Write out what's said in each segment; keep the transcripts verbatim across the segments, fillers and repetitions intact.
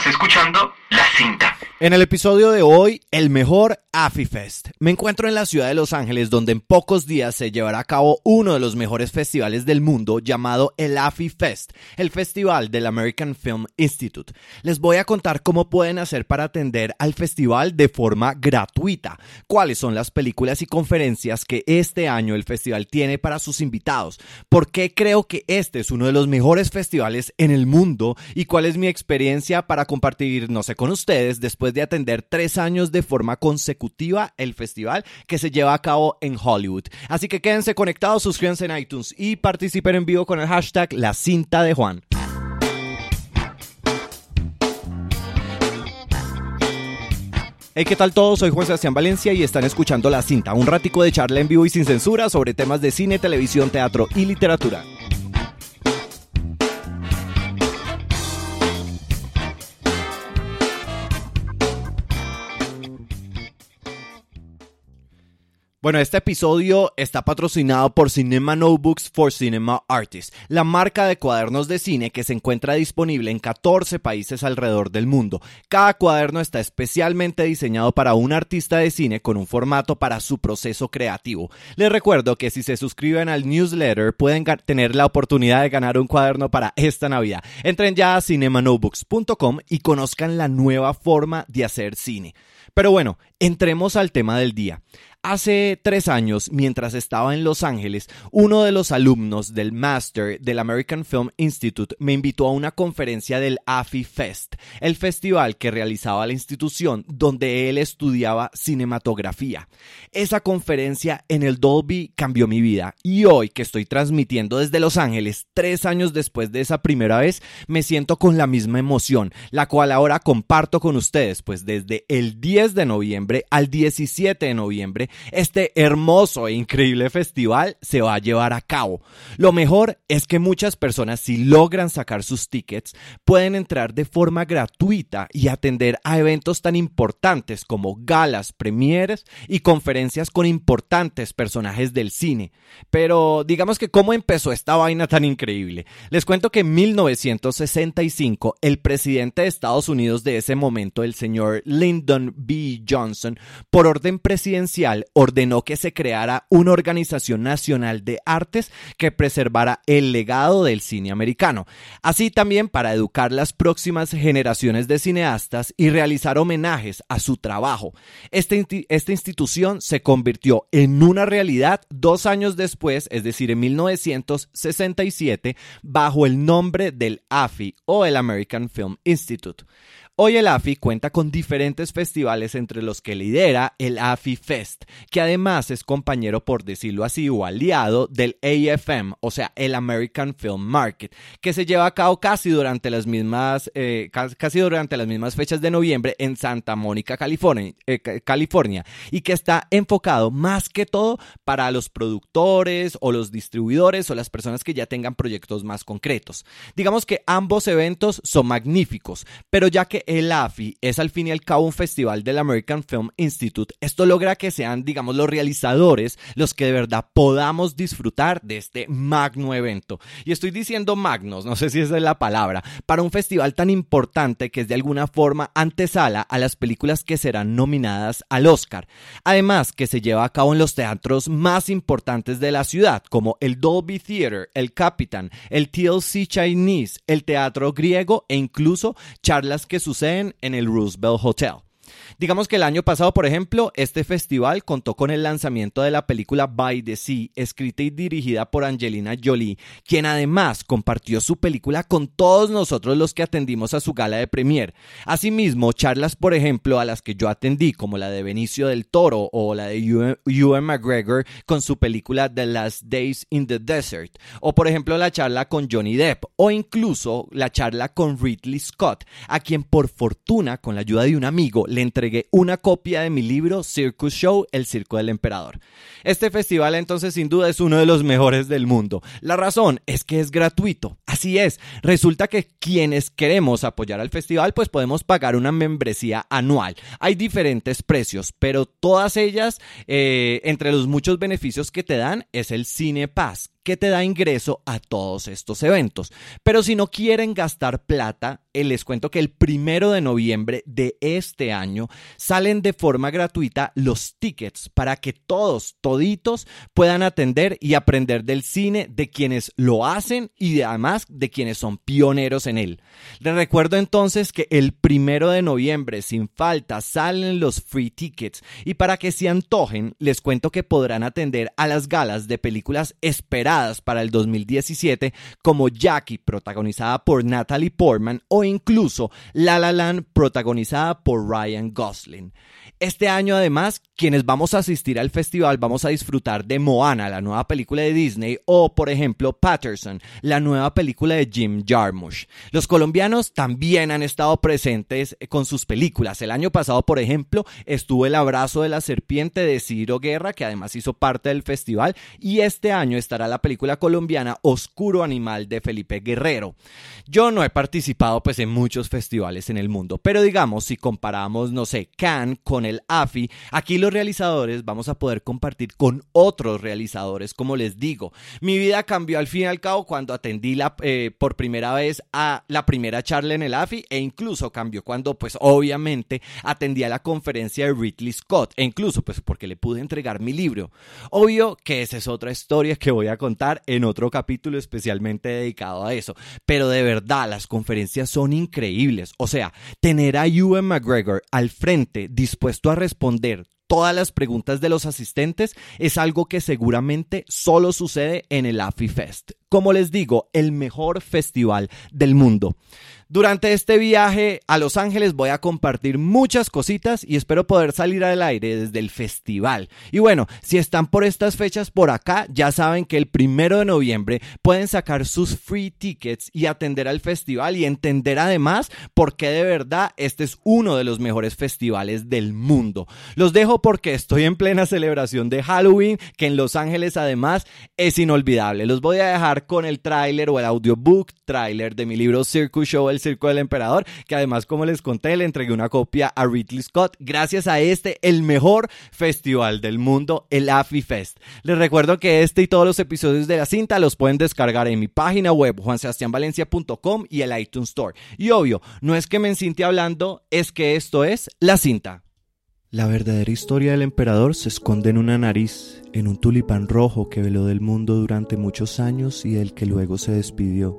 Estás escuchando La Cinta. En el episodio de hoy, el mejor AFIFest. Me encuentro en la ciudad de Los Ángeles, donde en pocos días se llevará a cabo uno de los mejores festivales del mundo llamado el AFIFest, el festival del American Film Institute. Les voy a contar cómo pueden hacer para atender al festival de forma gratuita, cuáles son las películas y conferencias que este año el festival tiene para sus invitados, por qué creo que este es uno de los mejores festivales en el mundo y cuál es mi experiencia para compartir, no sé, con ustedes después de atender tres años de forma consecutiva el festival que se lleva a cabo en Hollywood. Así que quédense conectados, suscríbanse en iTunes y participen en vivo con el hashtag La Cinta de Juan. Hey, ¿qué tal todos? Soy Juan Sebastián Valencia y están escuchando La Cinta, un ratico de charla en vivo y sin censura sobre temas de cine, televisión, teatro y literatura. Bueno, este episodio está patrocinado por Cinema Notebooks for Cinema Artists, la marca de cuadernos de cine que se encuentra disponible en catorce países alrededor del mundo. Cada cuaderno está especialmente diseñado para un artista de cine con un formato para su proceso creativo. Les recuerdo que si se suscriben al newsletter pueden ga- tener la oportunidad de ganar un cuaderno para esta Navidad. Entren ya a cinema notebooks punto com y conozcan la nueva forma de hacer cine. Pero bueno, entremos al tema del día. Hace tres años, mientras estaba en Los Ángeles, uno de los alumnos del Master del American Film Institute me invitó a una conferencia del AFIFest, el festival que realizaba la institución donde él estudiaba cinematografía. Esa conferencia en el Dolby cambió mi vida y hoy que estoy transmitiendo desde Los Ángeles, tres años después de esa primera vez, me siento con la misma emoción, la cual ahora comparto con ustedes, pues desde el diez de noviembre al diecisiete de noviembre, este hermoso e increíble festival se va a llevar a cabo. Lo mejor es que muchas personas, si logran sacar sus tickets, pueden entrar de forma gratuita y atender a eventos tan importantes como galas, premieres y conferencias con importantes personajes del cine. Pero digamos que ¿cómo empezó esta vaina tan increíble? Les cuento que en mil novecientos sesenta y cinco el presidente de Estados Unidos de ese momento, el señor Lyndon B. Johnson, por orden presidencial, ordenó que se creara una organización nacional de artes que preservara el legado del cine americano, así también para educar las próximas generaciones de cineastas y realizar homenajes a su trabajo. Esta, esta institución se convirtió en una realidad dos años después, es decir, en mil novecientos sesenta y siete, bajo el nombre del A F I o el American Film Institute. Hoy el A F I cuenta con diferentes festivales entre los que lidera el AFIFest, que además es compañero, por decirlo así, o aliado del A F M, o sea, el American Film Market, que se lleva a cabo casi durante las mismas, eh, casi durante las mismas fechas de noviembre en Santa Mónica, California, eh, California, y que está enfocado más que todo para los productores o los distribuidores o las personas que ya tengan proyectos más concretos. Digamos que ambos eventos son magníficos, pero ya que el A F I es al fin y al cabo un festival del American Film Institute, esto logra que sean, digamos, los realizadores los que de verdad podamos disfrutar de este magno evento. Y estoy diciendo magnos, no sé si esa es la palabra, para un festival tan importante que es de alguna forma antesala a las películas que serán nominadas al Oscar. Además, que se lleva a cabo en los teatros más importantes de la ciudad, como el Dolby Theater, el Capitan, el T L C Chinese, el Teatro Griego e incluso charlas que suceden en el Roosevelt Hotel. Digamos que el año pasado, por ejemplo, este festival contó con el lanzamiento de la película By the Sea, escrita y dirigida por Angelina Jolie, quien además compartió su película con todos nosotros los que atendimos a su gala de premier. Asimismo, charlas, por ejemplo, a las que yo atendí, como la de Benicio del Toro o la de Ewan McGregor con su película The Last Days in the Desert, o por ejemplo la charla con Johnny Depp, o incluso la charla con Ridley Scott, a quien por fortuna, con la ayuda de un amigo, le entregué una copia de mi libro Circus Show, El Circo del Emperador. Este festival entonces sin duda es uno de los mejores del mundo. La razón es que es gratuito. Así es, resulta que quienes queremos apoyar al festival pues podemos pagar una membresía anual. Hay diferentes precios, pero todas ellas, eh, entre los muchos beneficios que te dan, es el Cine Pass, que te da ingreso a todos estos eventos. Pero si no quieren gastar plata, eh, les cuento que el primero de noviembre de este año salen de forma gratuita los tickets para que todos, toditos, puedan atender y aprender del cine de quienes lo hacen y de, además de quienes son pioneros en él. Les recuerdo entonces que el primero de noviembre, sin falta, salen los free tickets y para que se antojen, les cuento que podrán atender a las galas de películas esperadas para el dos mil diecisiete como Jackie, protagonizada por Natalie Portman, o incluso La La Land, protagonizada por Ryan Gosling. Este año además, quienes vamos a asistir al festival vamos a disfrutar de Moana, la nueva película de Disney, o por ejemplo Patterson, la nueva película de Jim Jarmusch. Los colombianos también han estado presentes con sus películas. El año pasado, por ejemplo, estuvo El abrazo de la serpiente de Ciro Guerra, que además hizo parte del festival, y este año estará la película colombiana Oscuro Animal de Felipe Guerrero. Yo no he participado pues en muchos festivales en el mundo, pero digamos, si comparamos, no sé, Cannes con el A F I, aquí los realizadores vamos a poder compartir con otros realizadores, como les digo. Mi vida cambió al fin y al cabo cuando atendí la, eh, por primera vez a la primera charla en el A F I, e incluso cambió cuando pues obviamente atendí a la conferencia de Ridley Scott, e incluso pues porque le pude entregar mi libro. Obvio que esa es otra historia que voy a contar en otro capítulo especialmente dedicado a eso, pero de verdad las conferencias son increíbles. O sea, tener a Ewan McGregor al frente dispuesto a responder todas las preguntas de los asistentes es algo que seguramente solo sucede en el A F I Fest. Como les digo, el mejor festival del mundo. Durante este viaje a Los Ángeles voy a compartir muchas cositas y espero poder salir al aire desde el festival. Y bueno, si están por estas fechas por acá, ya saben que el primero de noviembre pueden sacar sus free tickets y atender al festival y entender además por qué de verdad este es uno de los mejores festivales del mundo. Los dejo porque estoy en plena celebración de Halloween, que en Los Ángeles además es inolvidable. Los voy a dejar con el tráiler o el audiobook tráiler de mi libro Circus Show, El Circo del Emperador, que además, como les conté, le entregué una copia a Ridley Scott gracias a este, el mejor festival del mundo, el A F I Fest. Les recuerdo que este y todos los episodios de La Cinta los pueden descargar en mi página web juan sebastián valencia punto com y el iTunes Store. Y obvio, no es que me encinte hablando, es que esto es La Cinta. La verdadera historia del emperador se esconde en una nariz, en un tulipán rojo que veló del mundo durante muchos años y del que luego se despidió.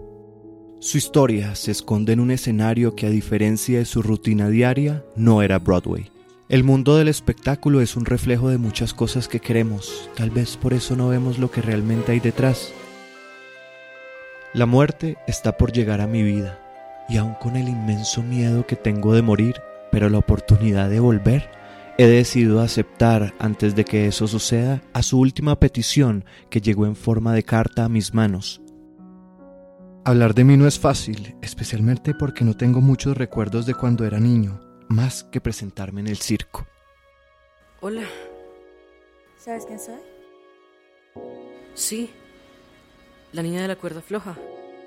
Su historia se esconde en un escenario que, a diferencia de su rutina diaria, no era Broadway. El mundo del espectáculo es un reflejo de muchas cosas que queremos, tal vez por eso no vemos lo que realmente hay detrás. La muerte está por llegar a mi vida, y aun con el inmenso miedo que tengo de morir, pero la oportunidad de volver, he decidido aceptar, antes de que eso suceda, a su última petición que llegó en forma de carta a mis manos. Hablar de mí no es fácil, especialmente porque no tengo muchos recuerdos de cuando era niño, más que presentarme en el circo. Hola. ¿Sabes quién soy? Sí, la niña de la cuerda floja.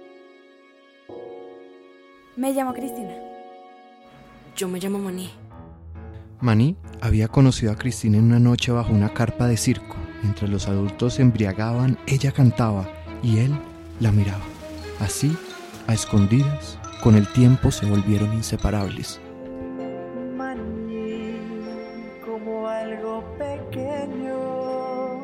Me llamo Cristina. Yo me llamo Maní. Maní había conocido a Cristina en una noche bajo una carpa de circo. Mientras los adultos se embriagaban, ella cantaba y él la miraba. Así, a escondidas, con el tiempo se volvieron inseparables. Maní, como algo pequeño.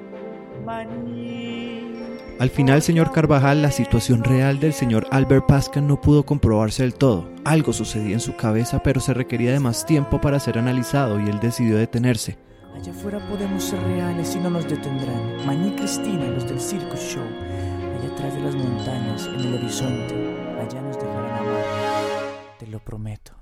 Maní. Al final, señor Carvajal, la situación real del señor Albert Pascan no pudo comprobarse del todo. Algo sucedía en su cabeza, pero se requería de más tiempo para ser analizado y él decidió detenerse. Allá afuera podemos ser reales y no nos detendrán. Maní y Cristina, los del Circus Show. Allá atrás de las montañas, en el horizonte, allá nos dejarán amar. Te lo prometo.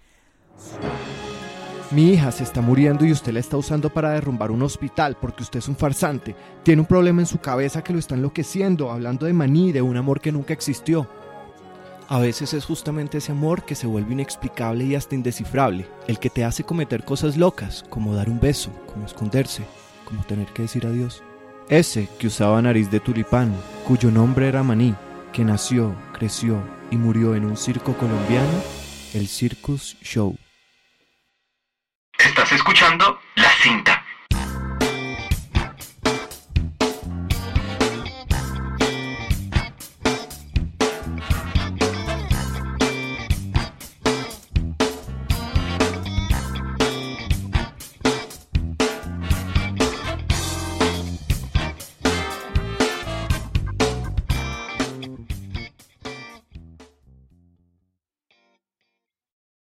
Mi hija se está muriendo y usted la está usando para derrumbar un hospital porque usted es un farsante. Tiene un problema en su cabeza que lo está enloqueciendo, hablando de Maní, de un amor que nunca existió. A veces es justamente ese amor que se vuelve inexplicable y hasta indescifrable, el que te hace cometer cosas locas, como dar un beso, como esconderse, como tener que decir adiós. Ese que usaba nariz de tulipán, cuyo nombre era Maní, que nació, creció y murió en un circo colombiano, el Circus Show. Estás escuchando La Cinta.